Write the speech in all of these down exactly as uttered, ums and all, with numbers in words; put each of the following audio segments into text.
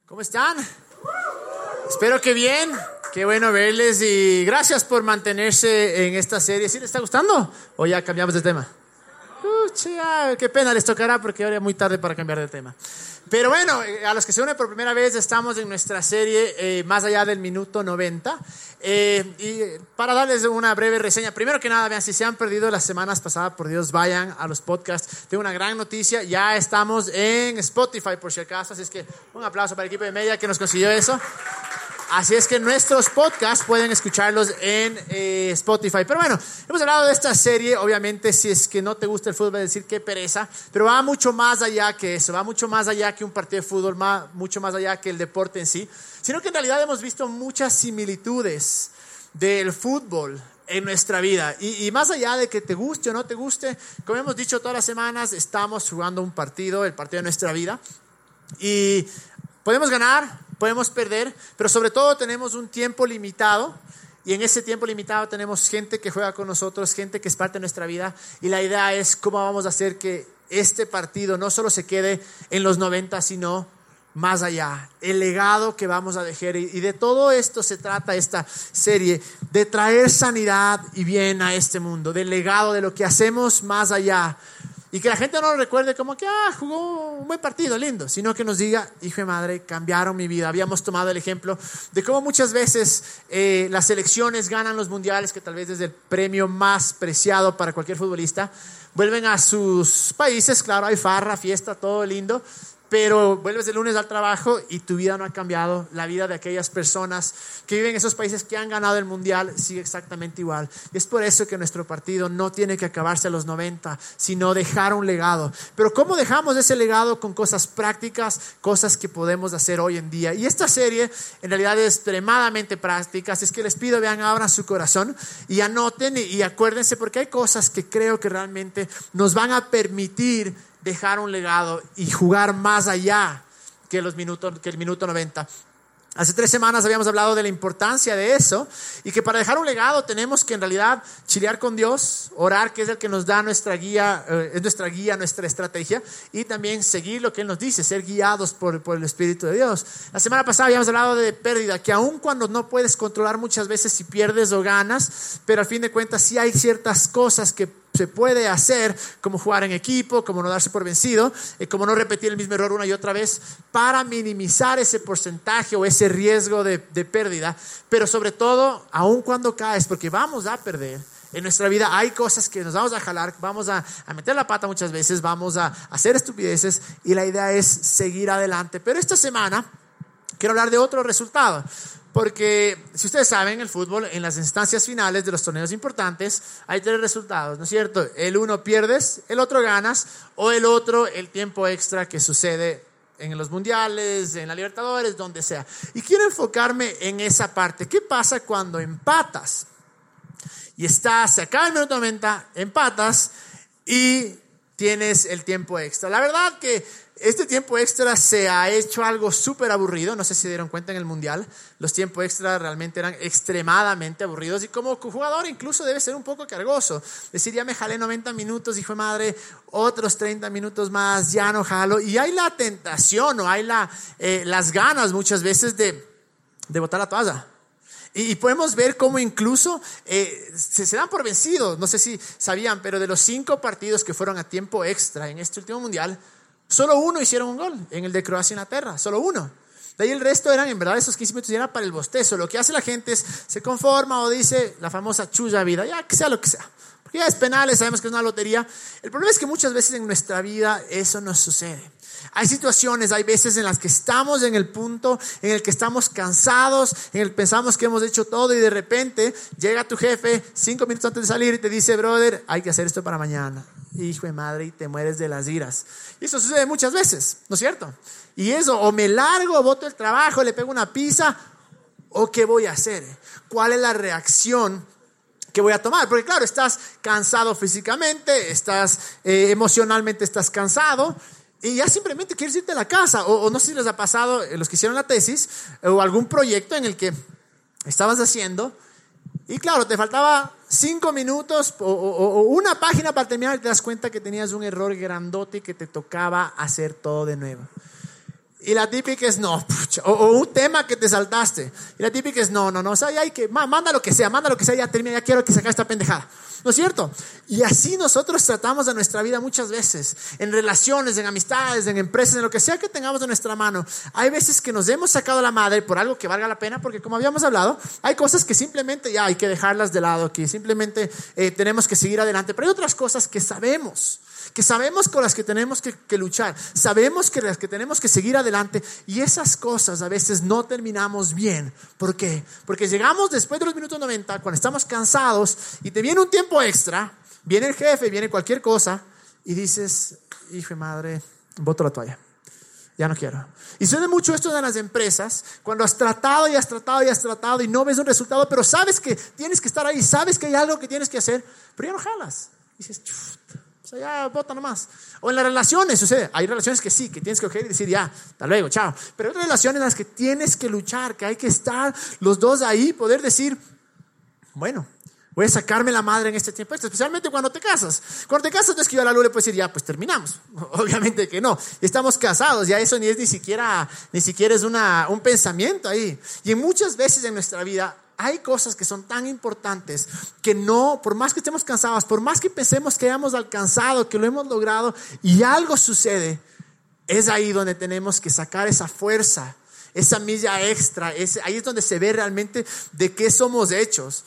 ¿Cómo están? Espero que bien. Qué bueno verles y gracias por mantenerse en esta serie. ¿Sí les está gustando? ¿O ya cambiamos de tema? Uh, chia, qué pena les tocará porque ahora es muy tarde para cambiar de tema. Pero bueno, a los que se unen por primera vez, estamos en nuestra serie eh, Más allá del minuto noventa. Eh, y para darles una breve reseña, primero que nada, vean, si se han perdido las semanas pasadas, por Dios, vayan a los podcasts. Tengo una gran noticia, ya estamos en Spotify por si acaso, así es que un aplauso para el equipo de media que nos consiguió eso. Así es que nuestros podcasts pueden escucharlos en eh, Spotify. Pero bueno, hemos hablado de esta serie. Obviamente, si es que no te gusta el fútbol, decir qué pereza. Pero va mucho más allá que eso. Va mucho más allá que un partido de fútbol. Más, mucho más allá que el deporte en sí. Sino que en realidad hemos visto muchas similitudes del fútbol en nuestra vida. Y, y más allá de que te guste o no te guste, como hemos dicho todas las semanas, estamos jugando un partido, el partido de nuestra vida. Y podemos ganar, podemos perder, pero sobre todo tenemos un tiempo limitado y en ese tiempo limitado tenemos gente que juega con nosotros, gente que es parte de nuestra vida y la idea es cómo vamos a hacer que este partido no solo se quede en los noventa, sino más allá, el legado que vamos a dejar. Y de todo esto se trata esta serie, de traer sanidad y bien a este mundo, del legado, de lo que hacemos más allá. Y que la gente no lo recuerde como que ah, jugó un buen partido, lindo, sino que nos diga, hijo de madre, cambiaron mi vida. Habíamos tomado el ejemplo de cómo muchas veces eh, las selecciones ganan los mundiales, que tal vez es el premio más preciado para cualquier futbolista. Vuelven a sus países, claro, hay farra, fiesta, todo lindo, pero vuelves el lunes al trabajo y tu vida no ha cambiado. La vida de aquellas personas que viven en esos países que han ganado el mundial sigue exactamente igual. Y es por eso que nuestro partido no tiene que acabarse a los noventa, sino dejar un legado. Pero ¿cómo dejamos ese legado? Con cosas prácticas, cosas que podemos hacer hoy en día. Y esta serie en realidad es extremadamente práctica. Así es que les pido, vean, abran su corazón y anoten y, y acuérdense, porque hay cosas que creo que realmente nos van a permitir dejar un legado y jugar más allá que, los minutos, que el minuto noventa. Hace tres semanas habíamos hablado de la importancia de eso y que para dejar un legado tenemos que en realidad chilear con Dios, orar, que es el que nos da nuestra guía, eh, es nuestra guía, nuestra estrategia, y también seguir lo que Él nos dice, ser guiados por, por el Espíritu de Dios. La semana pasada habíamos hablado de pérdida, que aun cuando no puedes controlar muchas veces si pierdes o ganas, pero al fin de cuentas sí hay ciertas cosas que se puede hacer, como jugar en equipo, como no darse por vencido, eh, como no repetir el mismo error una y otra vez, para minimizar ese porcentaje o ese riesgo de, de pérdida. Pero sobre todo, aun cuando caes, porque vamos a perder en nuestra vida, hay cosas que nos vamos a jalar, vamos a, a meter la pata muchas veces, vamos a hacer estupideces y la idea es seguir adelante. Pero esta semana quiero hablar de otro resultado. Porque si ustedes saben, el fútbol en las instancias finales de los torneos importantes hay tres resultados, ¿no es cierto? El uno pierdes, el otro ganas, o el otro el tiempo extra que sucede en los mundiales, en la Libertadores, donde sea. Y quiero enfocarme en esa parte. ¿Qué pasa cuando empatas? Y estás, se acaba el minuto noventa, empatas y tienes el tiempo extra. La verdad que este tiempo extra se ha hecho algo súper aburrido. No sé si se dieron cuenta en el mundial. Los tiempos extra realmente eran extremadamente aburridos. Y como jugador incluso debe ser un poco cargoso. Decir, ya me jalé noventa minutos, hijo de madre, otros treinta minutos más, ya no jalo. Y hay la tentación o hay la, eh, las ganas muchas veces de, de botar la toalla. Y podemos ver cómo incluso eh, se, se dan por vencidos. No sé si sabían, pero de los cinco partidos que fueron a tiempo extra en este último mundial, solo uno hicieron un gol, en el de Croacia-Inglaterra, solo uno. De ahí el resto eran, en verdad, esos quince minutos eran para el bostezo. Lo que hace la gente es, se conforma o dice la famosa chulla vida, ya que sea lo que sea. Porque ya es penales, sabemos que es una lotería. El problema es que muchas veces en nuestra vida eso nos sucede. Hay situaciones, hay veces en las que estamos en el punto en el que estamos cansados, en el que pensamos que hemos hecho todo y de repente llega tu jefe cinco minutos antes de salir y te dice, brother, hay que hacer esto para mañana. Hijo de madre, y te mueres de las iras. Y eso sucede muchas veces, ¿no es cierto? Y eso, o me largo, boto el trabajo, le pego una pizza, o ¿qué voy a hacer? ¿Cuál es la reacción que voy a tomar? Porque claro, estás cansado físicamente, estás eh, emocionalmente estás cansado y ya simplemente quieres irte a la casa. O, o no sé si les ha pasado, eh, los que hicieron la tesis o algún proyecto en el que estabas haciendo y claro, te faltaba cinco minutos o, o, o una página para terminar y te das cuenta que tenías un error grandote y que te tocaba hacer todo de nuevo. Y la típica es, no, O, o un tema que te saltaste. Y la típica es, no, no, no, o sea, ya hay que, manda lo que sea, manda lo que sea, ya termina, ya quiero que sacar esta pendejada. ¿No es cierto? Y así nosotros tratamos de nuestra vida muchas veces, en relaciones, en amistades, en empresas, en lo que sea que tengamos en nuestra mano. Hay veces que nos hemos sacado la madre por algo que valga la pena, porque como habíamos hablado, hay cosas que simplemente ya hay que dejarlas de lado, que simplemente eh, tenemos que seguir adelante. Pero hay otras cosas que sabemos, que sabemos con las que tenemos que, que luchar, sabemos que las que tenemos que seguir adelante, y esas cosas a veces no terminamos bien. ¿Por qué? Porque llegamos después de los minutos noventa, cuando estamos cansados y te viene un tiempo extra, viene el jefe, viene cualquier cosa y dices, hijo de madre, boto la toalla, ya no quiero. Y suena mucho esto en las empresas, cuando has tratado y has tratado y has tratado y no ves un resultado, pero sabes que tienes que estar ahí, sabes que hay algo que tienes que hacer, pero ya no jalas. Y dices, chuta, o sea, ya bota nomás. O en las relaciones sucede, hay relaciones que sí, que tienes que coger y decir ya, hasta luego, chao. Pero hay relaciones en las que tienes que luchar, que hay que estar los dos ahí, poder decir, bueno, voy a sacarme la madre en este tiempo, especialmente cuando te casas. Cuando te casas no es que yo a la luz le puedo decir, ya, pues terminamos. Obviamente que no. Estamos casados, ya eso ni es ni siquiera, ni siquiera es una, un pensamiento ahí. Y en muchas veces en nuestra vida hay cosas que son tan importantes que no, por más que estemos cansados, por más que pensemos que hayamos alcanzado, que lo hemos logrado y algo sucede, es ahí donde tenemos que sacar esa fuerza, esa milla extra. Es, ahí es donde se ve realmente de qué somos hechos.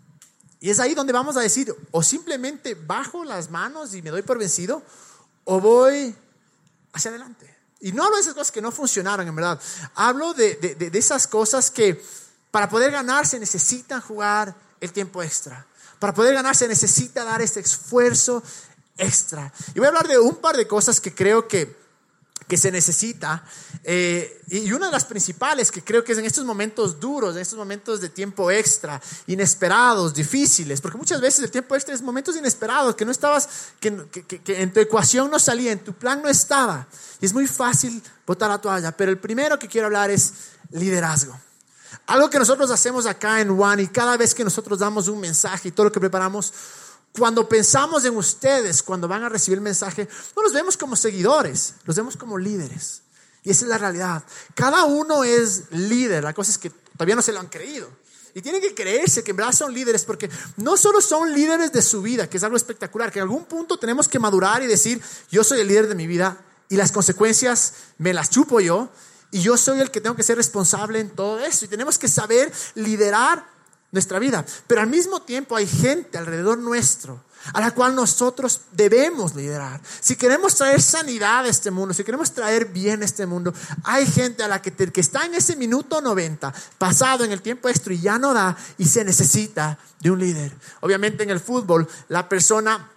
Y es ahí donde vamos a decir, o simplemente bajo las manos y me doy por vencido, o voy hacia adelante. Y no hablo de esas cosas que no funcionaron, en verdad. Hablo de, de, de, de esas cosas que para poder ganar se necesitan jugar el tiempo extra. Para poder ganar se necesita dar este esfuerzo extra. Y voy a hablar de un par de cosas que creo que que se necesita, eh, y una de las principales que creo que es en estos momentos duros, en estos momentos de tiempo extra, inesperados, difíciles, porque muchas veces el tiempo extra es momentos inesperados, que no estabas, que, que, que en tu ecuación no salía, en tu plan no estaba, y es muy fácil botar la toalla. Pero el primero que quiero hablar es liderazgo. Algo que nosotros hacemos acá en One, y cada vez que nosotros damos un mensaje y todo lo que preparamos, cuando pensamos en ustedes, cuando van a recibir el mensaje, no los vemos como seguidores, los vemos como líderes. Y esa es la realidad. Cada uno es líder. La cosa es que todavía no se lo han creído. Y tienen que creerse que en verdad son líderes, porque no solo son líderes de su vida, que es algo espectacular, que en algún punto tenemos que madurar y decir, yo soy el líder de mi vida y las consecuencias me las chupo yo, y yo soy el que tengo que ser responsable en todo eso. Y tenemos que saber liderar nuestra vida, pero al mismo tiempo hay gente alrededor nuestro a la cual nosotros debemos liderar. Si queremos traer sanidad a este mundo, si queremos traer bien a este mundo, hay gente a la que, te, que está en ese minuto noventa, pasado en el tiempo extra y ya no da, y se necesita de un líder. Obviamente en el fútbol, la persona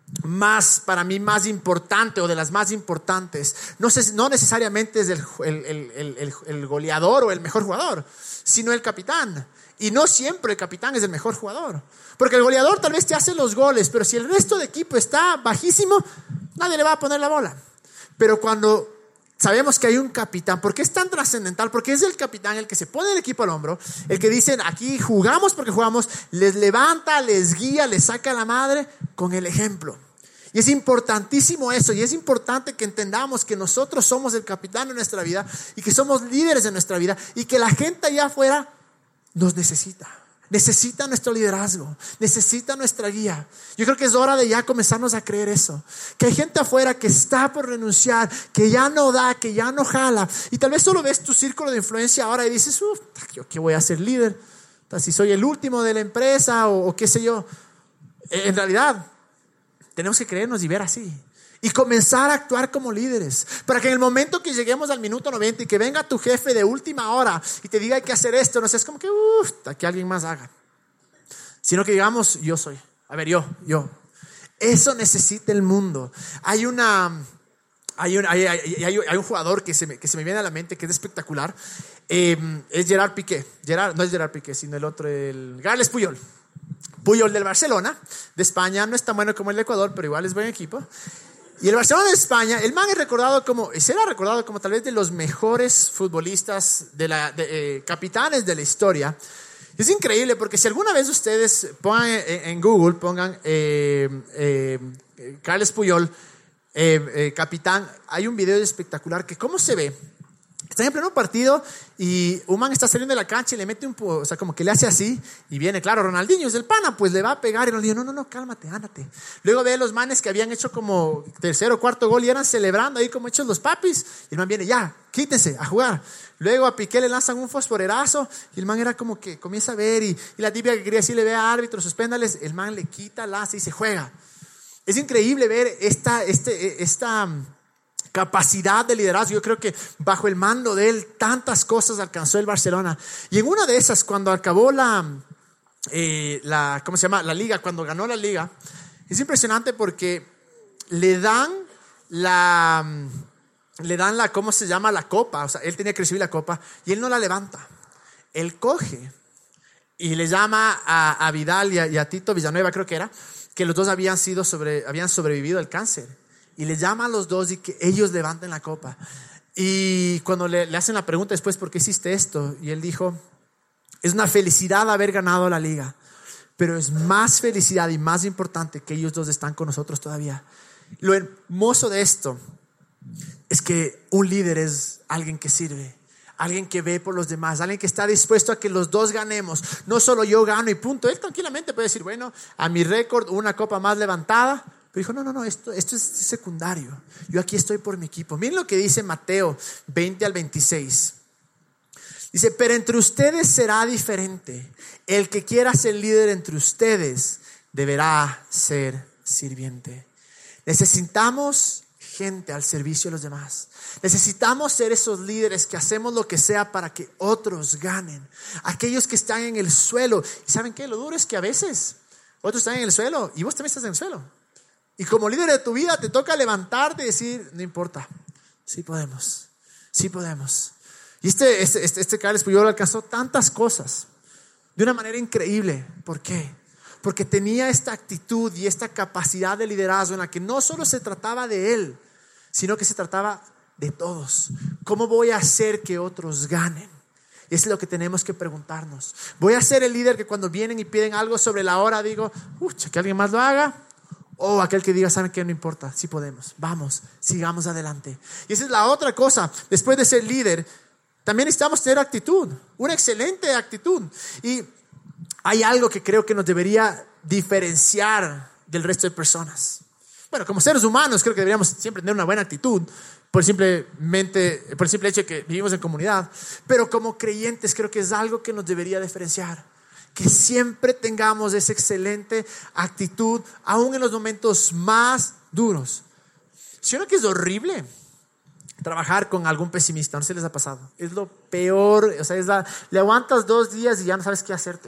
más, para mí, más importante o de las más importantes, no, sé, no necesariamente es el, el, el, el, el goleador o el mejor jugador, sino el capitán. Y no siempre el capitán es el mejor jugador, porque el goleador tal vez te hace los goles, pero si el resto de equipo está bajísimo, nadie le va a poner la bola. Pero cuando sabemos que hay un capitán, ¿por qué es tan trascendental? Porque es el capitán el que se pone el equipo al hombro, el que dicen aquí jugamos porque jugamos, les levanta, les guía, les saca la madre con el ejemplo. Y es importantísimo eso, y es importante que entendamos que nosotros somos el capitán de nuestra vida y que somos líderes de nuestra vida, y que la gente allá afuera nos necesita, necesita nuestro liderazgo, necesita nuestra guía. Yo creo que es hora de ya comenzarnos a creer eso, que hay gente afuera que está por renunciar, que ya no da, que ya no jala, y tal vez solo ves tu círculo de influencia ahora y dices, uff, ¿yo qué voy a ser líder? Si soy el último de la empresa o, o qué sé yo. En realidad tenemos que creernos y ver así, y comenzar a actuar como líderes, para que en el momento que lleguemos al minuto noventa y que venga tu jefe de última hora y te diga hay que hacer esto, no seas como que uff, que alguien más haga, sino que digamos yo soy, a ver yo, yo. Eso necesita el mundo. Hay una hay un, hay, hay, hay, hay un jugador que se, me, que se me viene a la mente que es espectacular, eh, es Gerard Piqué. Gerard, no es Gerard Piqué, sino el otro, el Carles Puyol. Puyol del Barcelona, de España. No es tan bueno como el de Ecuador, pero igual es buen equipo. Y el Barcelona de España, el man es recordado como, será recordado como tal vez de los mejores futbolistas, de la, de, eh, capitanes de la historia. Es increíble porque si alguna vez ustedes pongan en, en Google, pongan eh, eh, Carles Puyol, eh, eh, capitán, hay un video espectacular que cómo se ve. Está en pleno partido y un man está saliendo de la cancha y le mete un, o sea, como que le hace así y viene, claro, Ronaldinho es el pana, pues le va a pegar y Ronaldinho, no, no, no, cálmate, ándate. Luego ve a los manes que habían hecho como tercer o cuarto gol y eran celebrando ahí como hechos los papis y el man viene, ya, quítense a jugar. Luego a Piqué le lanzan un fosforerazo y el man era como que comienza a ver y, y la típica que quería decirle, ve a árbitro, suspéndales, el man le quita, lanza y se juega. Es increíble ver esta, este, esta capacidad de liderazgo. Yo creo que bajo el mando de él tantas cosas alcanzó el Barcelona. Y en una de esas, cuando acabó la, eh, la ¿cómo se llama? La liga, cuando ganó la liga, es impresionante porque le dan la, le dan la, ¿cómo se llama? La copa. O sea, él tenía que recibir la copa y él no la levanta. Él coge y le llama a, a Vidal y a, y a Tito Villanueva, creo que era, que los dos habían sido sobre, habían sobrevivido al cáncer. Y le llama a los dos y que ellos levanten la copa. Y cuando le, le hacen la pregunta después, ¿por qué hiciste esto? Y él dijo, es una felicidad haber ganado la liga, pero es más felicidad y más importante que ellos dos están con nosotros todavía. Lo hermoso de esto es que un líder es alguien que sirve, alguien que ve por los demás, alguien que está dispuesto a que los dos ganemos. No solo yo gano y punto. Él tranquilamente puede decir, bueno, a mi récord una copa más levantada. Pero dijo, no, no, no, esto, esto es secundario. Yo aquí estoy por mi equipo. Miren lo que dice Mateo veinte al veintiséis. Dice, pero entre ustedes será diferente. El que quiera ser líder entre ustedes deberá ser sirviente. Necesitamos gente al servicio de los demás. Necesitamos ser esos líderes que hacemos lo que sea para que otros ganen. Aquellos que están en el suelo. ¿Y saben qué? Lo duro es que a veces otros están en el suelo y vos también estás en el suelo. Y como líder de tu vida te toca levantarte y decir, no importa, sí podemos, sí podemos. Y este, este, este, este Carles Puyol alcanzó tantas cosas de una manera increíble. ¿Por qué? Porque tenía esta actitud y esta capacidad de liderazgo en la que no solo se trataba de él, sino que se trataba de todos. ¿Cómo voy a hacer que otros ganen? Y eso es lo que tenemos que preguntarnos. ¿Voy a ser el líder que cuando vienen y piden algo sobre la hora digo, ucha, que alguien más lo haga? O aquel que diga, ¿saben qué? No importa, sí podemos, vamos, sigamos adelante. Y esa es la otra cosa. Después de ser líder, también necesitamos tener actitud, una excelente actitud. Y hay algo que creo que nos debería diferenciar del resto de personas. Bueno, como seres humanos creo que deberíamos siempre tener una buena actitud, por simplemente, por el simple hecho de que vivimos en comunidad. Pero como creyentes creo que es algo que nos debería diferenciar. Que siempre tengamos esa excelente actitud, aún en los momentos más duros. ¿Sí o no que es horrible trabajar con algún pesimista? No se les ha pasado. Es lo peor. O sea, es la, le aguantas dos días y ya no sabes qué hacerte.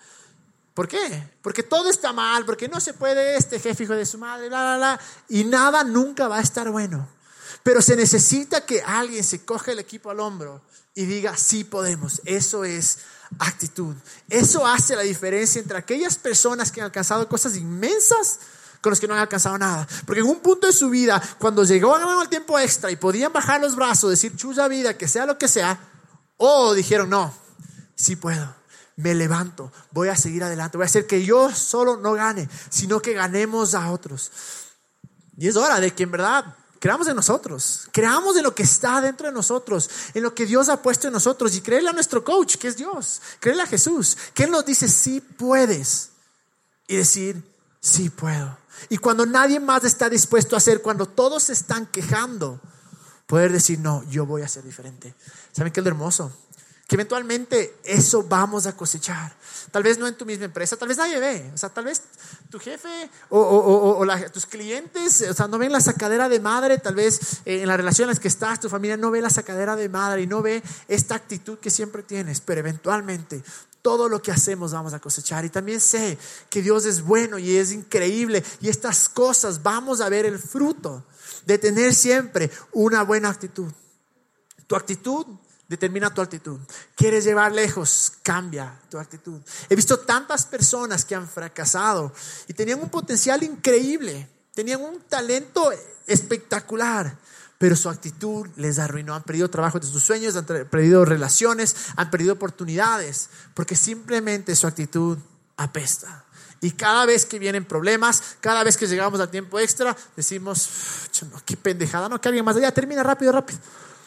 ¿Por qué? Porque todo está mal, porque no se puede este jefe hijo de su madre, bla, bla, bla. Y nada nunca va a estar bueno. Pero se necesita que alguien se coja el equipo al hombro y diga, sí podemos. Eso es actitud. Eso hace la diferencia entre aquellas personas que han alcanzado cosas inmensas con los que no han alcanzado nada. Porque en un punto de su vida, cuando llegó al tiempo extra y podían bajar los brazos, decir chulla vida, que sea lo que sea, o dijeron no, sí puedo, me levanto, voy a seguir adelante, voy a hacer que yo solo no gane, sino que ganemos a otros. Y es hora de que en verdad creamos en nosotros, creamos en lo que está dentro de nosotros, en lo que Dios ha puesto en nosotros, y creerle a nuestro coach, que es Dios, creerle a Jesús, que Él nos dice sí puedes, y decir sí puedo. Y cuando nadie más está dispuesto a hacer, cuando todos se están quejando, poder decir no, yo voy a ser diferente. ¿Saben qué es lo hermoso? Que eventualmente eso vamos a cosechar. Tal vez no en tu misma empresa, tal vez nadie ve. O sea, tal vez tu jefe o, o, o, o la, tus clientes, o sea, no ven la sacadera de madre. Tal vez eh, en la relación en la que estás, tu familia no ve la sacadera de madre y no ve esta actitud que siempre tienes. Pero eventualmente todo lo que hacemos vamos a cosechar. Y también sé que Dios es bueno y es increíble. Y estas cosas vamos a ver el fruto de tener siempre una buena actitud. Tu actitud determina tu actitud. ¿Quieres llevar lejos? Cambia tu actitud. He visto tantas personas que han fracasado y tenían un potencial increíble, tenían un talento espectacular, pero su actitud les arruinó. Han perdido trabajo de sus sueños, han perdido relaciones, han perdido oportunidades, porque simplemente su actitud apesta. Y cada vez que vienen problemas, cada vez que llegamos al tiempo extra, decimos, qué pendejada, no, que alguien más, ya termina rápido, rápido.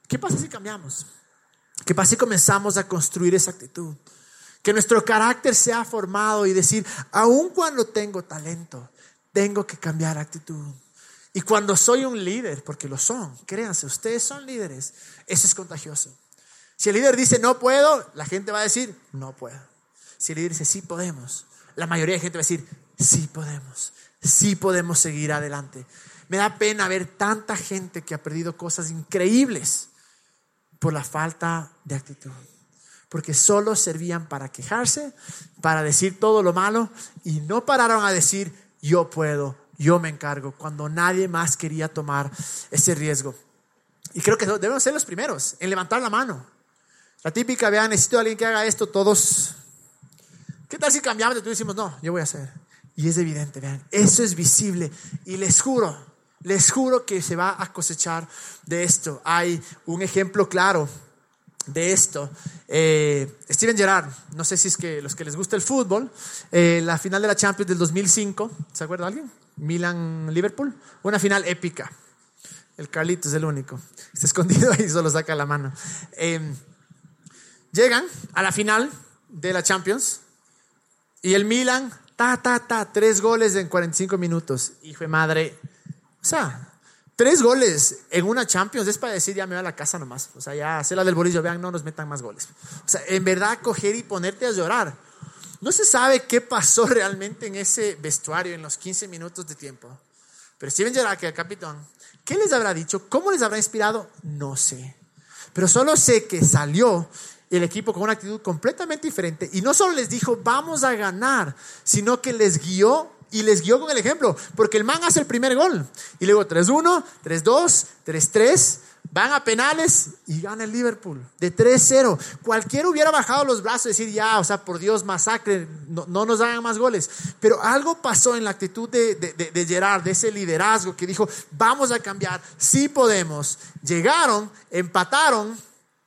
¿Qué pasa si cambiamos? ¿Qué pasa si comenzamos a construir esa actitud? Que nuestro carácter sea formado y decir, aun cuando tengo talento, tengo que cambiar actitud. Y cuando soy un líder, porque lo son, créanse, ustedes son líderes, eso es contagioso. Si el líder dice no puedo, la gente va a decir no puedo. Si el líder dice sí podemos, la mayoría de gente va a decir sí podemos, sí podemos seguir adelante. Me da pena ver tanta gente que ha perdido cosas increíbles por la falta de actitud, porque solo servían para quejarse, para decir todo lo malo y no pararon a decir yo puedo, yo me encargo, cuando nadie más quería tomar ese riesgo. Y creo que debemos ser los primeros en levantar la mano. La típica, vean, necesito a alguien que haga esto, todos. ¿Qué tal si cambiamos? Entonces decimos, no, yo voy a hacer. Y es evidente, vean, eso es visible. Y les juro, les juro que se va a cosechar de esto. Hay un ejemplo claro de esto. Eh, Steven Gerrard, no sé si es que los que les gusta el fútbol, eh, la final de la Champions del dos mil cinco, ¿se acuerda alguien? Milan-Liverpool, una final épica. El Carlito es el único, está escondido ahí, solo saca la mano. Eh, llegan a la final de la Champions y el Milan, ta, ta, ta, tres goles en cuarenta y cinco minutos. Hijo de madre, o sea, tres goles en una Champions es para decir ya me voy a la casa nomás. O sea, ya hacer la del bolillo, vean, no nos metan más goles. O sea, en verdad coger y ponerte a llorar. No se sabe qué pasó realmente en ese vestuario en los quince minutos de tiempo. Pero Steven Gerrard, que el capitán, ¿qué les habrá dicho? ¿Cómo les habrá inspirado? No sé. Pero solo sé que salió el equipo con una actitud completamente diferente. Y no solo les dijo, vamos a ganar, sino que les guió y les guió con el ejemplo. Porque el man hace el primer gol. Y luego tres uno, tres dos, tres tres. Van a penales y gana el Liverpool de tres cero. Cualquiera hubiera bajado los brazos y decir ya, o sea, por Dios, masacre, no, no nos hagan más goles. Pero algo pasó en la actitud de, de, de, de Gerrard, de ese liderazgo que dijo, vamos a cambiar, sí podemos. Llegaron, empataron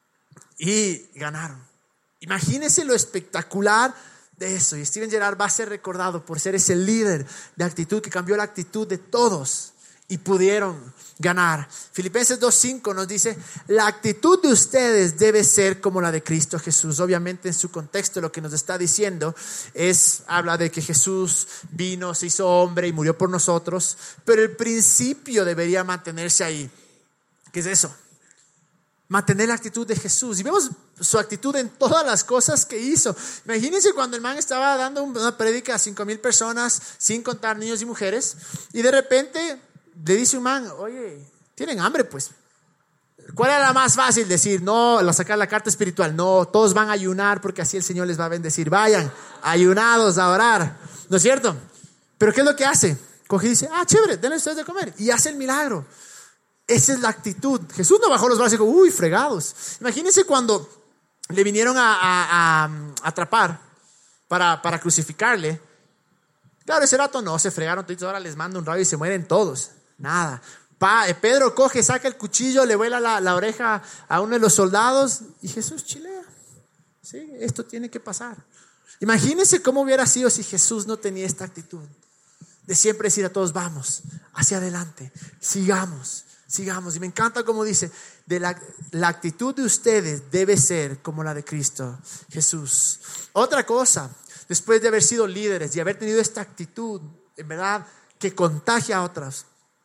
y ganaron. Imagínense lo espectacular de eso. Y Steven Gerrard va a ser recordado por ser ese líder de actitud que cambió la actitud de todos y pudieron ganar. Filipenses dos cinco nos dice, la actitud de ustedes debe ser como la de Cristo Jesús. Obviamente en su contexto lo que nos está diciendo es, habla de que Jesús vino, se hizo hombre y murió por nosotros, pero el principio debería mantenerse ahí. ¿Qué es eso? Mantener la actitud de Jesús. Y vemos su actitud en todas las cosas que hizo. Imagínense cuando el man estaba dando una prédica a cinco mil personas, sin contar niños y mujeres, y de repente le dice un man, oye, ¿tienen hambre? Pues, ¿cuál era la más fácil? Decir, no, la sacar la carta espiritual. No, todos van a ayunar porque así el Señor les va a bendecir. Vayan, ayunados a orar. ¿No es cierto? Pero ¿qué es lo que hace? Coge y dice, ah, chévere, denle ustedes de comer. Y hace el milagro. Esa es la actitud. Jesús no bajó los brazos y dijo, uy, fregados. Imagínense cuando le vinieron a, a, a atrapar para, para crucificarle. Claro, ese rato no, se fregaron todos, ahora les manda un rayo y se mueren todos. Nada. Pa, Pedro coge, saca el cuchillo, le vuela la, la oreja a uno de los soldados y Jesús chilea. Sí, esto tiene que pasar. Imagínense cómo hubiera sido si Jesús no tenía esta actitud de siempre decir a todos, vamos, hacia adelante, sigamos, sigamos. Y me encanta como dice, de la, la actitud de ustedes debe ser como la de Cristo Jesús. Otra cosa, después de haber sido líderes y haber tenido esta actitud, en verdad, que contagia a otras,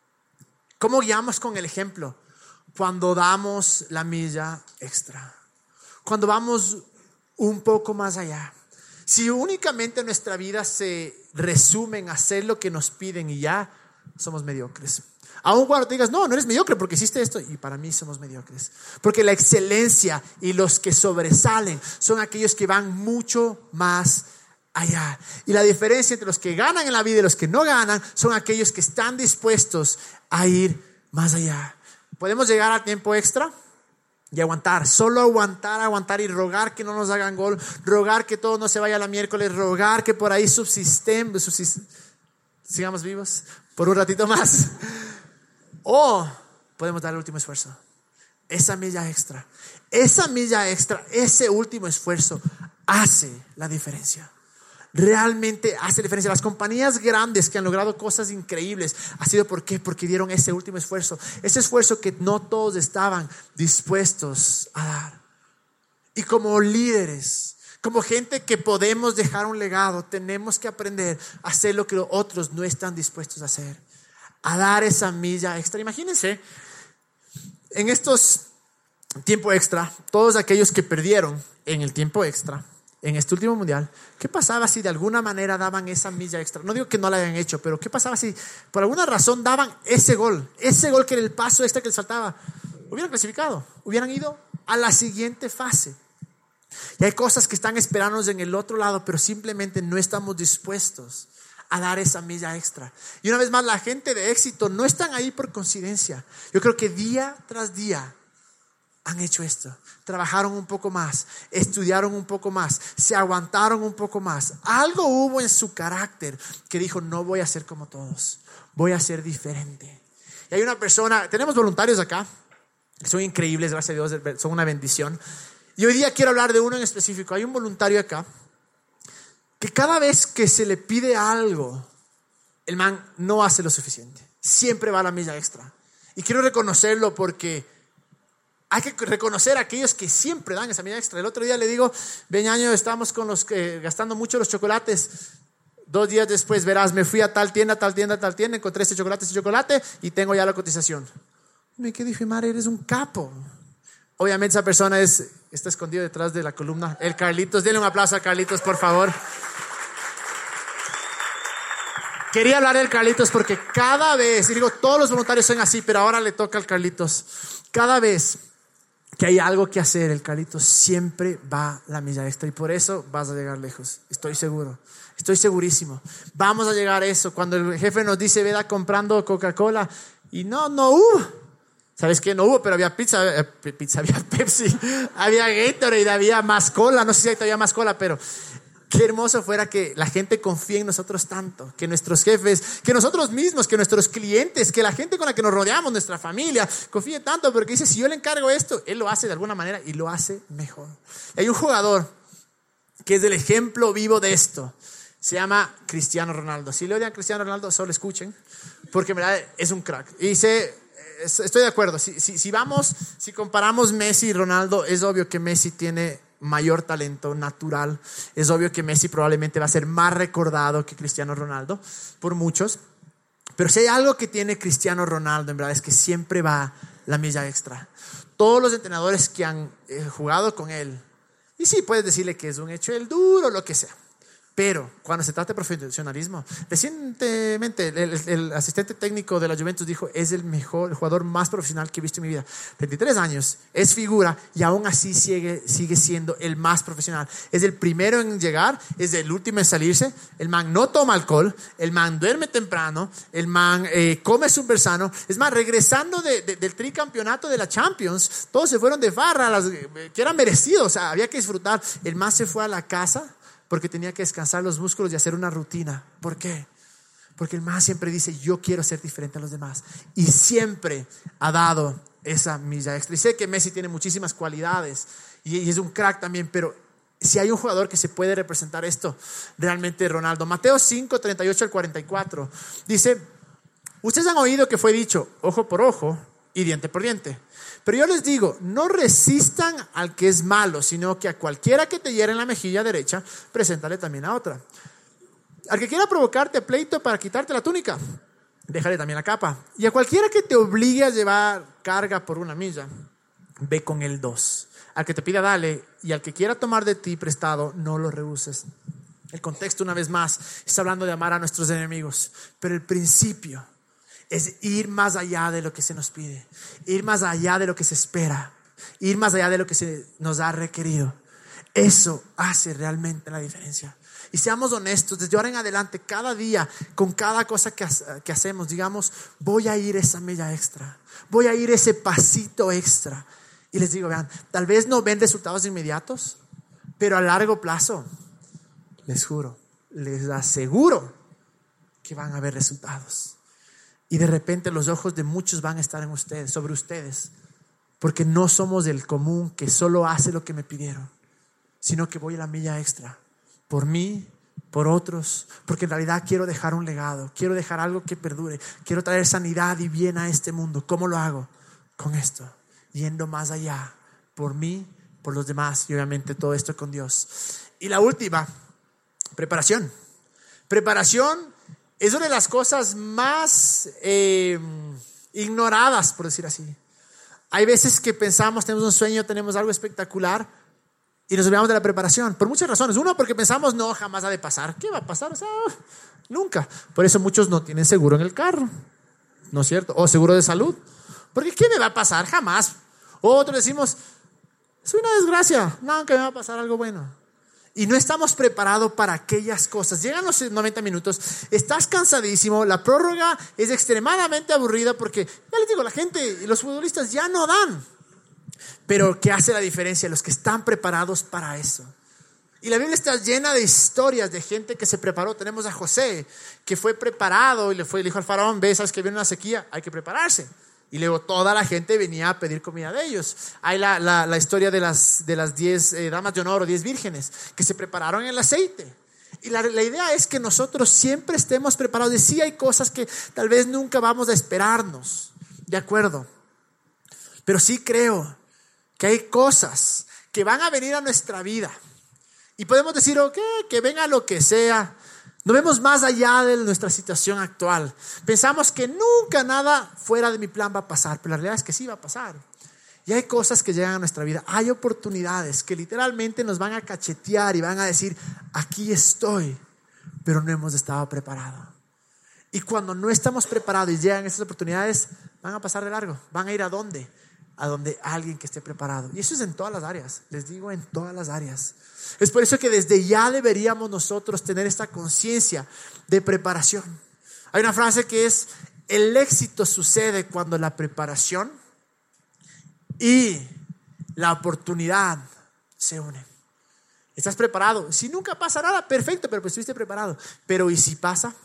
¿cómo guiamos con el ejemplo? Cuando damos la milla extra, cuando vamos un poco más allá. Si únicamente nuestra vida se resume en hacer lo que nos piden y ya, somos mediocres. Aun cuando te digas, no, no eres mediocre porque hiciste esto, y para mí somos mediocres. Porque la excelencia y los que sobresalen son aquellos que van mucho más allá. Y la diferencia entre los que ganan en la vida y los que no ganan son aquellos que están dispuestos a ir más allá. Podemos llegar al tiempo extra y aguantar, solo aguantar, aguantar y rogar que no nos hagan gol, rogar que todo no se vaya a la miércoles, rogar que por ahí subsistemos, subsist, sigamos vivos por un ratito más. O podemos dar el último esfuerzo, esa milla extra, esa milla extra, ese último esfuerzo hace la diferencia. realmente hace diferencia. Las compañías grandes que han logrado cosas increíbles ha sido ¿por qué? Porque dieron ese último esfuerzo, ese esfuerzo que no todos estaban dispuestos a dar. Y como líderes, como gente que podemos dejar un legado, tenemos que aprender a hacer lo que otros no están dispuestos a hacer, a dar esa milla extra. Imagínense en estos tiempo extra, todos aquellos que perdieron en el tiempo extra en este último mundial, ¿qué pasaba si de alguna manera daban esa milla extra? No digo que no la hayan hecho, pero ¿qué pasaba si por alguna razón daban ese gol? Ese gol que era el paso extra que les faltaba. Hubieran clasificado, hubieran ido a la siguiente fase. Y hay cosas que están esperándonos en el otro lado, pero simplemente no estamos dispuestos a dar esa milla extra. Y una vez más, la gente de éxito no están ahí por coincidencia. Yo creo que día tras día han hecho esto. Trabajaron un poco más, estudiaron un poco más, se aguantaron un poco más. Algo hubo en su carácter que dijo: no voy a ser como todos, voy a ser diferente. Y hay una persona, tenemos voluntarios acá que son increíbles, gracias a Dios, son una bendición. Y hoy día quiero hablar de uno en específico. Hay un voluntario acá que cada vez que se le pide algo, el man no hace lo suficiente, siempre va a la milla extra. Y quiero reconocerlo porque hay que reconocer a aquellos que siempre dan esa milla extra. El otro día le digo: Beñaño, estamos con los, eh, gastando mucho los chocolates. Dos días después, verás, me fui a tal tienda, tal tienda, tal tienda, encontré este chocolate, este chocolate y tengo ya la cotización. Me quedé y dije: madre, eres un capo. Obviamente esa persona es, está escondido detrás de la columna. El Carlitos, denle un aplauso a Carlitos, por favor. Quería hablar del Carlitos porque cada vez, y digo, todos los voluntarios son así, pero ahora le toca al Carlitos. Cada vez que hay algo que hacer, el Carlitos siempre va la milla extra, y por eso vas a llegar lejos. Estoy seguro, estoy segurísimo. Vamos a llegar a eso. Cuando el jefe nos dice: veda comprando Coca-Cola, y no, no hubo. ¿Sabes qué? No hubo, pero había pizza, eh, pizza, había Pepsi, había Gatorade, había más cola. No sé si hay todavía más cola, pero qué hermoso fuera que la gente confíe en nosotros tanto, que nuestros jefes, que nosotros mismos, que nuestros clientes, que la gente con la que nos rodeamos, nuestra familia, confíe tanto, porque dice: si yo le encargo esto, él lo hace de alguna manera y lo hace mejor. Y hay un jugador que es el ejemplo vivo de esto. Se llama Cristiano Ronaldo. Si le odian a Cristiano Ronaldo, solo escuchen, porque en verdad es un crack. Y sé, estoy de acuerdo. Si, si, si vamos, si comparamos Messi y Ronaldo, es obvio que Messi tiene mayor talento natural. Es obvio que Messi probablemente va a ser más recordado que Cristiano Ronaldo por muchos. Pero si hay algo que tiene Cristiano Ronaldo, en verdad, es que siempre va la milla extra. Todos los entrenadores que han eh, jugado con él, y sí, puedes decirle que es un hecho el duro, lo que sea, pero cuando se trata de profesionalismo, recientemente el, el, el asistente técnico de la Juventus dijo: es el mejor, el jugador más profesional que he visto en mi vida. veintitrés años, es figura y aún así sigue, sigue siendo el más profesional. Es el primero en llegar, es el último en salirse. El man no toma alcohol, el man duerme temprano, el man eh, come súper sano. Es más, regresando de, de, del tricampeonato de la Champions, todos se fueron de farra, las, eh, que eran merecidos, o sea, había que disfrutar. El man se fue a la casa porque tenía que descansar los músculos y hacer una rutina. ¿Por qué? Porque el man siempre dice: yo quiero ser diferente a los demás, y siempre ha dado esa milla extra. Y sé que Messi tiene muchísimas cualidades y, y es un crack también, pero si hay un jugador que se puede representar esto, realmente Ronaldo. Mateo cinco, treinta y ocho al cuarenta y cuatro dice: ustedes han oído que fue dicho: ojo por ojo y diente por diente. Pero yo les digo, no resistan al que es malo, sino que a cualquiera que te hiere en la mejilla derecha, preséntale también a otra. Al que quiera provocarte pleito para quitarte la túnica, déjale también la capa. Y a cualquiera que te obligue a llevar carga por una milla, ve con él dos. Al que te pida, dale, y al que quiera tomar de ti prestado, no lo rehuses. El contexto, una vez más, está hablando de amar a nuestros enemigos, pero el principio es ir más allá de lo que se nos pide, ir más allá de lo que se espera, ir más allá de lo que se nos ha requerido. Eso hace realmente la diferencia. Y seamos honestos, desde ahora en adelante, cada día, con cada cosa que, que hacemos, digamos: voy a ir esa milla extra, voy a ir ese pasito extra. Y les digo, vean, tal vez no ven resultados inmediatos, pero a largo plazo, les juro, les aseguro que van a haber resultados. Y de repente los ojos de muchos van a estar en ustedes, sobre ustedes, porque no somos del común que solo hace lo que me pidieron, sino que voy a la milla extra por mí, por otros, porque en realidad quiero dejar un legado, quiero dejar algo que perdure, quiero traer sanidad y bien a este mundo. ¿Cómo lo hago? Con esto, yendo más allá, por mí, por los demás y obviamente todo esto con Dios. Y la última, preparación. Preparación es una de las cosas más eh, ignoradas, por decir así. Hay veces que pensamos, tenemos un sueño, tenemos algo espectacular y nos olvidamos de la preparación, por muchas razones. Uno, porque pensamos, no, jamás ha de pasar. ¿Qué va a pasar? O sea, nunca. Por eso muchos no tienen seguro en el carro, ¿no es cierto? O seguro de salud. Porque ¿qué me va a pasar? Jamás. Otros decimos, es una desgracia, no, que me va a pasar algo bueno. Y no estamos preparados para aquellas cosas. Llegan los noventa minutos, estás cansadísimo, la prórroga es extremadamente aburrida porque, ya les digo, la gente y los futbolistas ya no dan. Pero ¿qué hace la diferencia? Los que están preparados para eso. Y la Biblia está llena de historias de gente que se preparó. Tenemos a José, que fue preparado y le, fue, le dijo al faraón, ve, sabes que viene una sequía, hay que prepararse. Y luego toda la gente venía a pedir comida de ellos. Hay la, la, la historia de las, de las diez eh, damas de honor o diez vírgenes que se prepararon en el aceite. Y la, la idea es que nosotros siempre estemos preparados. Y sí hay cosas que tal vez nunca vamos a esperarnos, de acuerdo. Pero sí creo que hay cosas que van a venir a nuestra vida. Y podemos decir, ok, que venga lo que sea. No vemos más allá de nuestra situación actual. Pensamos que nunca nada fuera de mi plan va a pasar, pero la realidad es que sí va a pasar. Y hay cosas que llegan a nuestra vida. Hay oportunidades que literalmente nos van a cachetear y van a decir, aquí estoy, pero no hemos estado preparados. Y cuando no estamos preparados y llegan esas oportunidades, van a pasar de largo. ¿Van a ir a dónde? A donde alguien que esté preparado. Y eso es en todas las áreas. Les digo, en todas las áreas. Es por eso que desde ya deberíamos nosotros tener esta conciencia de preparación. Hay una frase que es: el éxito sucede cuando la preparación y la oportunidad se unen. ¿Estás preparado? Si nunca pasa nada, perfecto, pero pues estuviste preparado. Pero ¿y si pasa?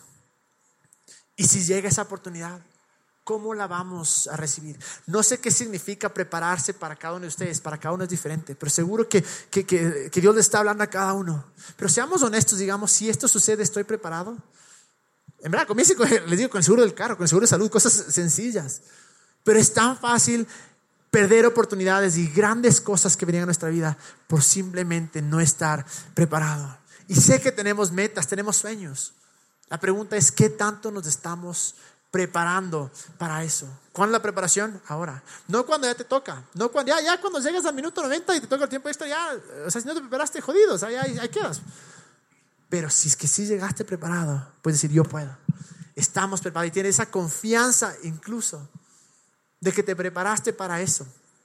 ¿Y si llega esa oportunidad? ¿Cómo la vamos a recibir? No sé qué significa prepararse para cada uno de ustedes. Para cada uno es diferente, pero seguro que, que, que, que Dios le está hablando a cada uno. Pero seamos honestos, digamos, si esto sucede, ¿estoy preparado? En verdad, comience con, les digo, con el seguro del carro, con el seguro de salud, cosas sencillas. Pero es tan fácil perder oportunidades y grandes cosas que venían a nuestra vida por simplemente no estar preparado. Y sé que tenemos metas, tenemos sueños. La pregunta es, ¿qué tanto nos estamos preparando para eso? ¿Cuándo la preparación? Ahora. No cuando ya te toca. No cuando, ya, ya cuando llegas al minuto noventa y te toca el tiempo extra, ya, o sea, si no te preparaste, jodido, o sea, ya ahí quedas. Pero si es que sí llegaste preparado, puedes decir, yo puedo. Estamos preparados y tienes esa confianza incluso de que te preparaste para eso.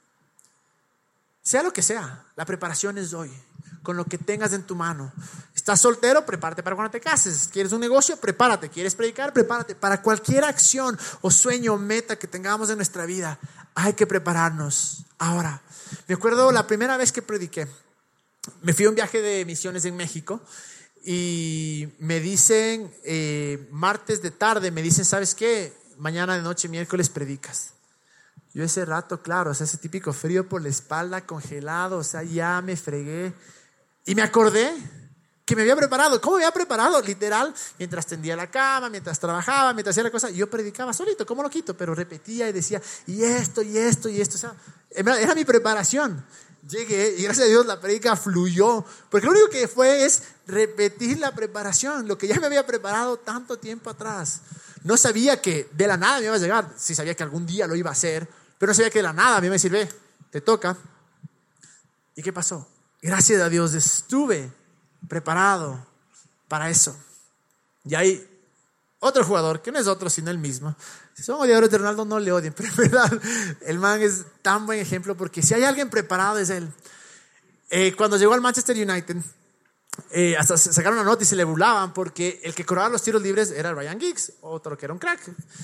Sea lo que sea, la preparación es hoy. Con lo que tengas en tu mano. ¿Estás soltero? Prepárate para cuando te cases. ¿Quieres un negocio? Prepárate. ¿Quieres predicar? Prepárate. Para cualquier acción o sueño o meta que tengamos en nuestra vida, hay que prepararnos ahora. Me acuerdo la primera vez que prediqué. Me fui a un viaje de misiones en México y me dicen, eh, martes de tarde, me dicen, ¿sabes qué? Mañana de noche, miércoles, predicas. Yo ese rato, claro, o sea, ese típico frío por la espalda, congelado, o sea, ya me fregué. Y me acordé que me había preparado. ¿Cómo me había preparado? Literal, mientras tendía la cama, mientras trabajaba, mientras hacía la cosa, yo predicaba solito, ¿cómo lo quito? Pero repetía y decía, y esto, y esto, y esto. O sea, era mi preparación. Llegué y gracias a Dios la predica fluyó. Porque lo único que fue es repetir la preparación, lo que ya me había preparado tanto tiempo atrás. No sabía que de la nada me iba a llegar. Sí sabía que algún día lo iba a hacer, pero no sabía que de la nada me iba a decir, ve, te toca. ¿Y qué pasó? Gracias a Dios estuve preparado para eso. Y hay otro jugador, que no es otro sino el mismo. Si son odiadores de Ronaldo, no le odien, pero en verdad el man es tan buen ejemplo, porque si hay alguien preparado es él. Eh, cuando llegó al Manchester United, eh, hasta sacaron una nota y se le burlaban porque el que cobraba los tiros libres era Ryan Giggs, otro que era un crack.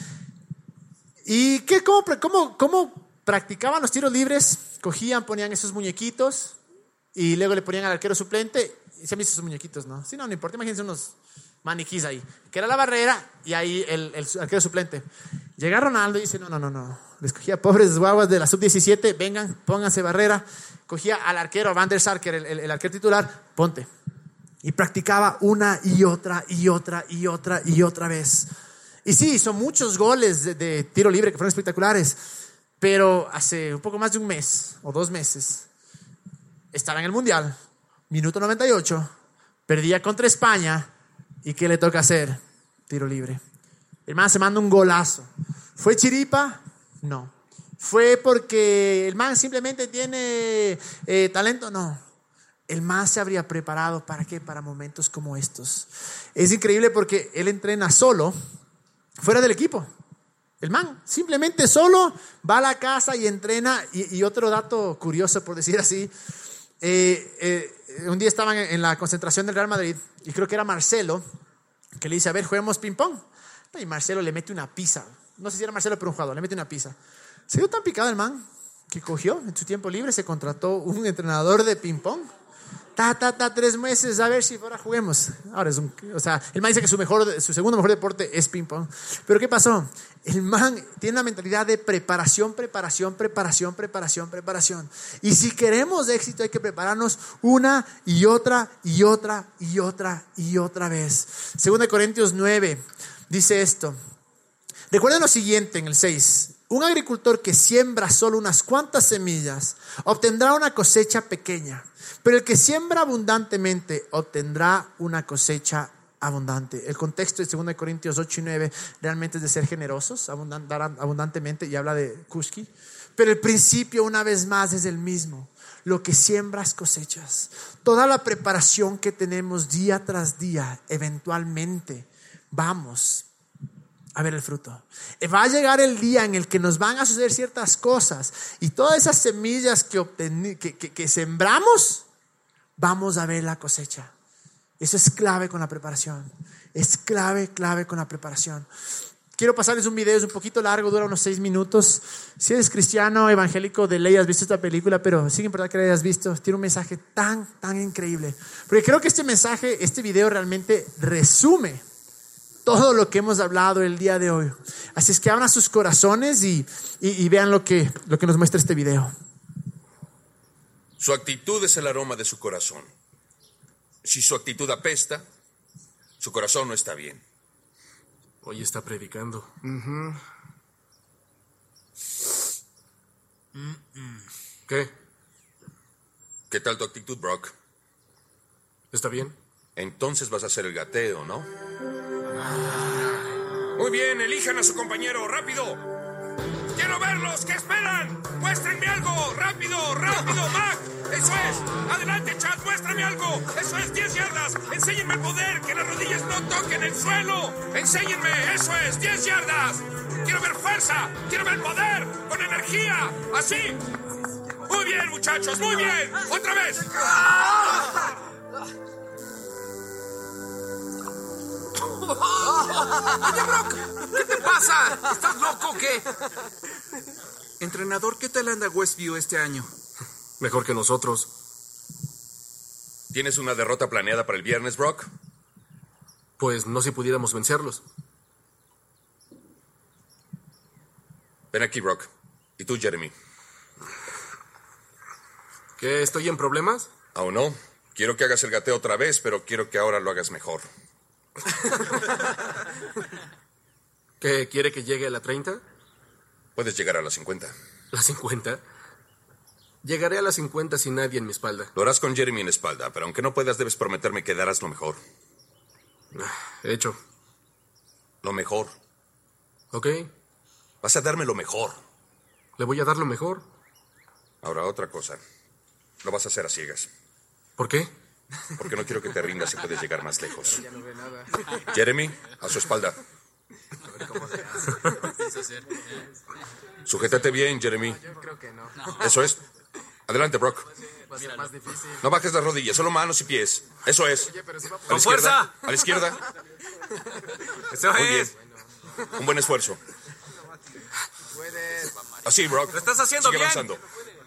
¿Y qué, cómo, cómo, cómo practicaban los tiros libres? Cogían, ponían esos muñequitos y luego le ponían al arquero suplente. ¿Se han visto esos muñequitos? No, sí, no, no importa. Imagínense unos maniquís ahí, que era la barrera y ahí el, el arquero suplente. Llega Ronaldo y dice, no, no, no, no. Les cogía pobres guaguas de la sub diecisiete, vengan, pónganse barrera. Cogía al arquero, Van der Sar, que era el, el, el arquero titular, ponte. Y practicaba una y otra y otra y otra y otra vez. Y sí, hizo muchos goles de, de tiro libre que fueron espectaculares. Pero hace un poco más de un mes o dos meses estaba en el Mundial, minuto noventa y ocho, perdía contra España. ¿Y qué le toca hacer? Tiro libre. El man se manda un golazo. ¿Fue chiripa? No. ¿Fue porque el man simplemente tiene eh, talento? No. El man se habría preparado, ¿para qué? Para momentos como estos. Es increíble porque él entrena solo, fuera del equipo. El man simplemente solo va a la casa y entrena. Y, y otro dato curioso, por decir así, eh, eh, un día estaban en la concentración del Real Madrid y creo que era Marcelo que le dice, a ver, juguemos ping pong. Y Marcelo le mete una pizza. No sé si era Marcelo, pero un jugador, le mete una pizza. Se dio tan picado el man que cogió en su tiempo libre, se contrató un entrenador de ping pong. Ta, ta, ta, tres meses, a ver si ahora juguemos. Ahora es un, o sea, el man dice que su mejor, su segundo mejor deporte es ping pong. Pero ¿qué pasó? El man tiene una mentalidad de preparación, preparación, preparación, preparación, preparación. Y si queremos éxito hay que prepararnos una y otra y otra y otra y otra vez. Segunda de Corintios nueve dice esto. Recuerden lo siguiente en el seis. Un agricultor que siembra solo unas cuantas semillas obtendrá una cosecha pequeña, pero el que siembra abundantemente obtendrá una cosecha abundante. El contexto de segunda de Corintios ocho y nueve realmente es de ser generosos, abundan, dar abundantemente, y habla de Kuski. Pero el principio, una vez más, es el mismo. Lo que siembras cosechas. Toda la preparación que tenemos día tras día, eventualmente vamos a ver el fruto. Va a llegar el día en el que nos van a suceder ciertas cosas y todas esas semillas que, obten, que, que, que sembramos, vamos a ver la cosecha. Eso es clave con la preparación. Es clave, clave con la preparación. Quiero pasarles un video, es un poquito largo, dura unos seis minutos. Si eres cristiano, evangélico, de ley has visto esta película, pero sí que importa que la hayas visto. Tiene un mensaje tan, tan increíble. Porque creo que este mensaje, este video realmente resume todo lo que hemos hablado el día de hoy. Así es que abran sus corazones y, y, y vean lo que, lo que nos muestra este video. Su actitud es el aroma de su corazón. Si su actitud apesta, su corazón no está bien. Hoy está predicando. Uh-huh. ¿Qué? ¿Qué tal tu actitud, Brock? ¿Está bien? Entonces vas a hacer el gateo, ¿no? Muy bien, elijan a su compañero, rápido. ¡Quiero verlos! ¿Qué esperan? ¡Muéstrenme algo! ¡Rápido, rápido, Mac! ¡Eso es! ¡Adelante, Chad! ¡Muéstrame algo! ¡Eso es! ¡diez yardas! ¡Enséñenme el poder! ¡Que las rodillas no toquen el suelo! ¡Enséñenme! ¡Eso es! ¡diez yardas! ¡Quiero ver fuerza! ¡Quiero ver poder! ¡Con energía! ¡Así! ¡Muy bien, muchachos! ¡Muy bien! ¡Otra vez! Oye, Brock, ¿qué te pasa? ¿Estás loco o qué? Entrenador, ¿qué tal anda Westview este año? Mejor que nosotros. ¿Tienes una derrota planeada para el viernes, Brock? Pues no si pudiéramos vencerlos. Ven aquí, Brock. Y tú, Jeremy. ¿Qué? ¿Estoy en problemas? Aún no. Quiero que hagas el gateo otra vez, pero quiero que ahora lo hagas mejor. ¿Qué? ¿Quiere que llegue a la treinta? Puedes llegar a la cincuenta. ¿La cincuenta? Llegaré a la cincuenta sin nadie en mi espalda. Lo harás con Jeremy en la espalda, pero aunque no puedas, debes prometerme que darás lo mejor. Hecho. Lo mejor. Ok. Vas a darme lo mejor. Le voy a dar lo mejor. Ahora, otra cosa. Lo vas a hacer a ciegas. ¿Por qué? Porque no quiero que te rindas y puedes llegar más lejos. Jeremy, a su espalda. Sujétate bien, Jeremy. Eso es. Adelante, Brock. No bajes las rodillas, solo manos y pies. Eso es. A la izquierda. A la izquierda. Eso Muy bien. es. Un buen esfuerzo. Así, Brock. Lo estás haciendo Sigue bien. avanzando.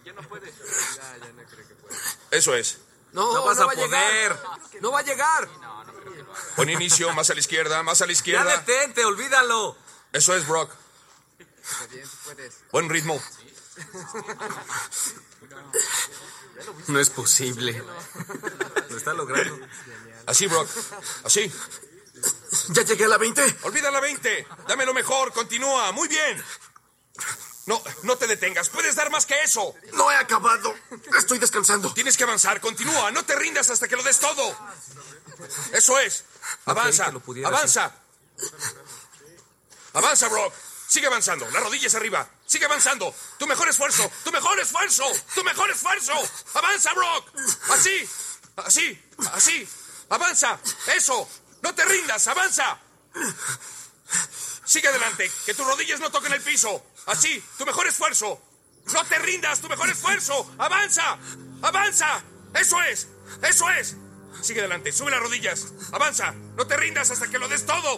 Eso es. No, no vas no a va poder. A no va a llegar. Buen inicio, más a la izquierda, más a la Ya izquierda. detente, olvídalo. Eso es, Brock. Buen ritmo. No es posible. Lo está logrando. Así, Brock. Así. ¿Ya llegué a la veinte? Olvida la veinte. Dame lo mejor. Continúa. Muy bien. No, no te detengas. Puedes dar más que eso. No he acabado. Estoy descansando. Tienes que avanzar. Continúa. No te rindas hasta que lo des todo. Eso es. Avanza. No creí que lo pudiera Avanza. Avanza, Brock. Sigue avanzando. Las rodillas arriba. Sigue avanzando. Tu mejor esfuerzo. Tu mejor esfuerzo. Tu mejor esfuerzo. Avanza, Brock. Así. Así. Así. Avanza. Eso. No te rindas. Avanza. Sigue adelante. Que tus rodillas no toquen el piso. Así. Tu mejor esfuerzo. No te rindas. Tu mejor esfuerzo. Avanza. Avanza. Eso es. Eso es. Sigue adelante. Sube las rodillas. Avanza. No te rindas hasta que lo des todo.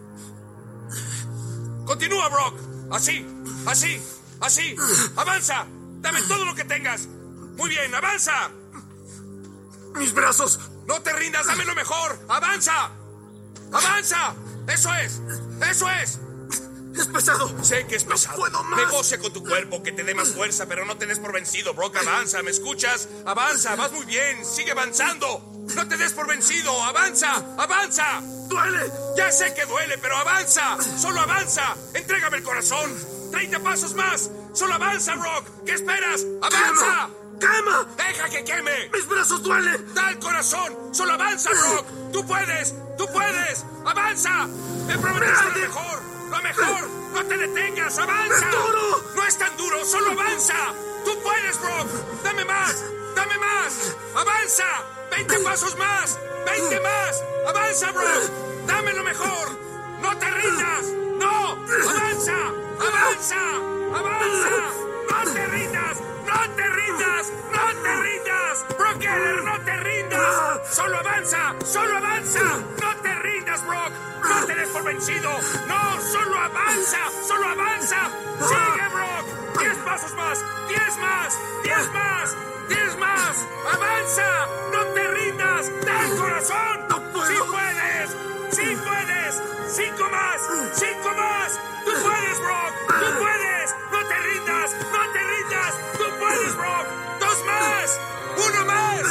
Continúa, Brock. Así. Así. Así. Avanza. Dame todo lo que tengas. Muy bien. Avanza. Mis brazos. No te rindas. Dame lo mejor. Avanza. Avanza. Eso es. Eso es. Es pesado. Sé que es pesado. No puedo más. Negocia con tu cuerpo, que te dé más fuerza, pero no te des por vencido, Brock. Avanza, ¿me escuchas? Avanza, vas muy bien. Sigue avanzando. No te des por vencido. Avanza, avanza. ¡Duele! Ya sé que duele, pero avanza. Solo avanza. Entrégame el corazón. Treinta pasos más. Solo avanza, Brock. ¿Qué esperas? ¡Avanza! ¡Quema! ¡Deja que queme! ¡Mis brazos duelen! ¡Da el corazón! ¡Solo avanza, Brock! ¡Tú puedes! ¡Tú puedes! ¡Avanza! ¡Me prometes lo mejor! ¡Lo mejor! ¡No te detengas! ¡Avanza! ¡Es duro! ¡No es tan duro! ¡Solo avanza! ¡Tú puedes, Brock! ¡Dame más! ¡Dame más! ¡Avanza! ¡Veinte pasos más! ¡Veinte más! ¡Avanza, Brock! ¡Dame lo mejor! ¡No te rindas! ¡No! ¡Avanza! ¡Avanza! ¡Avanza! ¡No te rindas! ¡No te rindas! ¡No te rindas! ¡Brock Geller, no te rindas! ¡Solo avanza! ¡Solo avanza! ¡No te rindas, Brock! ¡No te des por vencido! ¡No! ¡Solo avanza! ¡Solo avanza! ¡Sigue, Brock! ¡Diez pasos más! ¡Diez más! ¡Diez más! ¡Diez más! ¡Avanza! ¡No te rindas! ¡Da el corazón! ¡No puedo! ¡Sí puedes! ¡Sí puedes! ¡Cinco más! ¡Cinco más! ¡Tú puedes, Brock! ¡Tú puedes! ¡No te rindas! ¡No te rindas! ¡Tú puedes, Brock! ¡Dos más! ¡Uno más!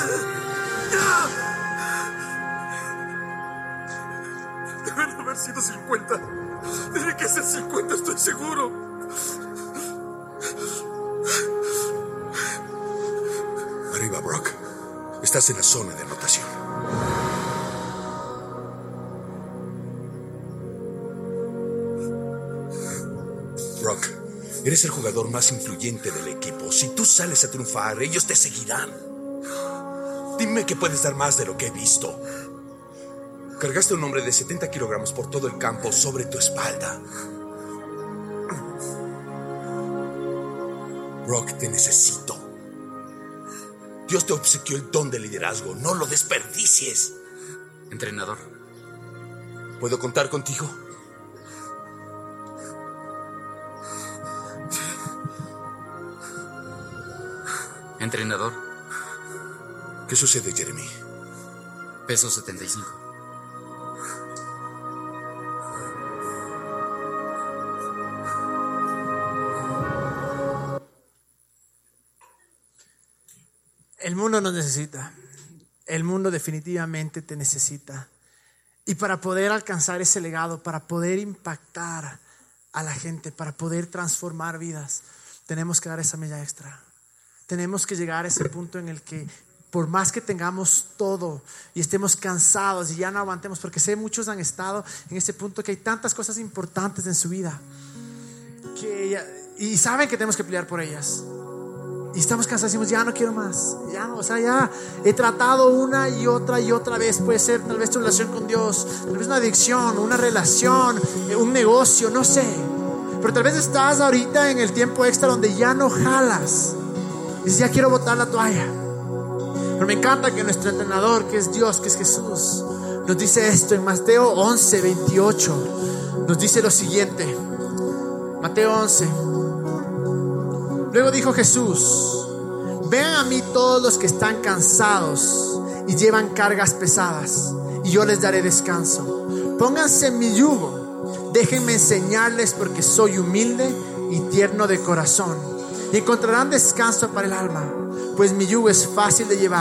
Deben haber sido cincuenta. Tiene que ser cincuenta, estoy seguro. Arriba, Brock. Estás en la zona de anotación. Brock, eres el jugador más influyente del equipo. Si tú sales a triunfar, ellos te seguirán. Dime que puedes dar más de lo que he visto. Cargaste a un hombre de setenta kilogramos por todo el campo sobre tu espalda. Brock, te necesito. Dios te obsequió el don de liderazgo. No lo desperdicies. Entrenador. ¿Puedo contar contigo? Entrenador. ¿Qué sucede, Jeremy? Peso setenta y cinco. El mundo nos necesita. El mundo definitivamente te necesita. Y para poder alcanzar ese legado, para poder impactar a la gente, para poder transformar vidas, tenemos que dar esa milla extra. Tenemos que llegar a ese punto en el que, por más que tengamos todo y estemos cansados y ya no aguantemos, porque sé muchos han estado en ese punto que hay tantas cosas importantes en su vida que ya, y saben que tenemos que pelear por ellas. Y estamos cansados y decimos, ya no quiero más. Ya no, o sea, ya he tratado una y otra y otra vez. Puede ser tal vez tu relación con Dios, tal vez una adicción, una relación, un negocio, no sé. Pero tal vez estás ahorita en el tiempo extra donde ya no jalas. Dices, ya quiero botar la toalla. Pero me encanta que nuestro entrenador, que es Dios, que es Jesús, nos dice esto en Mateo once, veintiocho. Nos dice lo siguiente. Mateo once. Luego dijo Jesús: vengan a mí todos los que están cansados y llevan cargas pesadas, y yo les daré descanso. Pónganse en mi yugo, déjenme enseñarles, porque soy humilde y tierno de corazón, y encontrarán descanso para el alma, pues mi yugo es fácil de llevar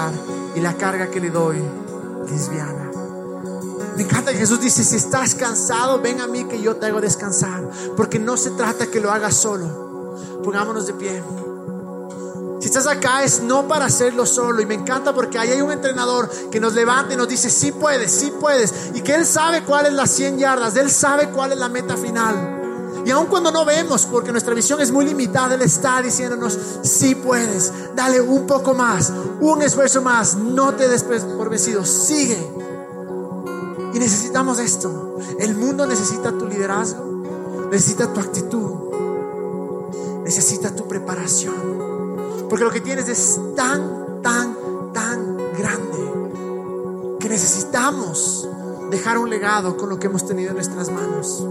y la carga que le doy liviana. Me encanta que Jesús dice: si estás cansado, ven a mí que yo te hago descansar. Porque no se trata que lo hagas solo. Pongámonos de pie. Si estás acá es no para hacerlo solo. Y me encanta porque ahí hay un entrenador que nos levanta y nos dice: sí puedes, sí puedes. Y que Él sabe cuál es las cien yardas, Él sabe cuál es la meta final. Y aun cuando no vemos, porque nuestra visión es muy limitada, Él está diciéndonos: sí puedes, dale un poco más, un esfuerzo más, no te des por vencido, sigue. Y necesitamos esto. El mundo necesita tu liderazgo, necesita tu actitud, necesita tu preparación. Porque lo que tienes es tan, tan, tan grande que necesitamos dejar un legado con lo que hemos tenido en nuestras manos.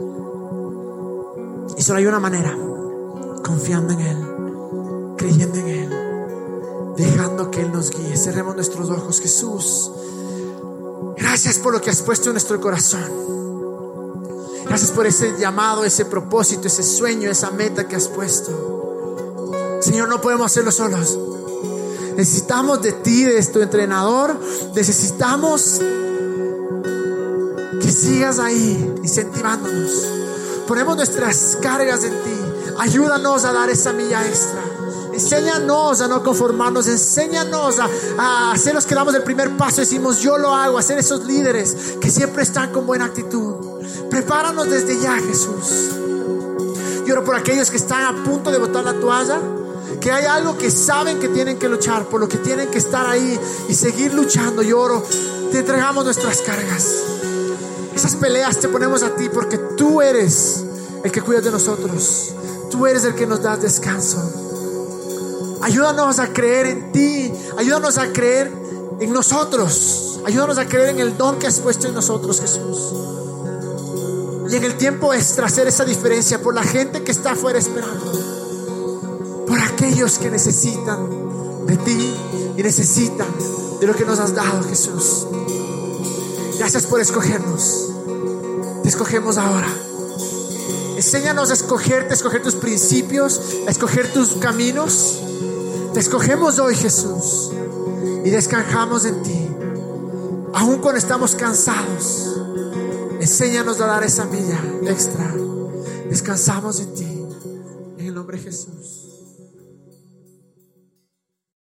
Y solo hay una manera: confiando en Él, creyendo en Él, dejando que Él nos guíe. Cerremos nuestros ojos. Jesús, gracias por lo que has puesto en nuestro corazón. Gracias por ese llamado, ese propósito, ese sueño, esa meta que has puesto. Señor, no podemos hacerlo solos. Necesitamos de ti, de tu entrenador. Necesitamos que sigas ahí incentivándonos. Ponemos nuestras cargas en ti. Ayúdanos a dar esa milla extra. Enséñanos a no conformarnos. Enséñanos a, a hacer los que damos el primer paso. Decimos: yo lo hago. A ser esos líderes que siempre están con buena actitud. Prepáranos desde ya, Jesús. Yo oro por aquellos que están a punto de botar la toalla, que hay algo que saben que tienen que luchar, por lo que tienen que estar ahí y seguir luchando. Yo oro, te entregamos nuestras cargas. Esas peleas te ponemos a ti, porque tú eres el que cuida de nosotros. Tú eres el que nos da descanso. Ayúdanos a creer en ti. Ayúdanos a creer en nosotros. Ayúdanos a creer en el don que has puesto en nosotros, Jesús. Y en el tiempo extra hacer esa diferencia por la gente que está afuera esperando, por aquellos que necesitan de ti y necesitan de lo que nos has dado, Jesús. Gracias por escogernos. Te escogemos ahora. Enséñanos a escogerte, a escoger tus principios, a escoger tus caminos. Te escogemos hoy, Jesús, y descansamos en ti. Aun cuando estamos cansados, enséñanos a dar esa milla extra. Descansamos en ti, en el nombre de Jesús.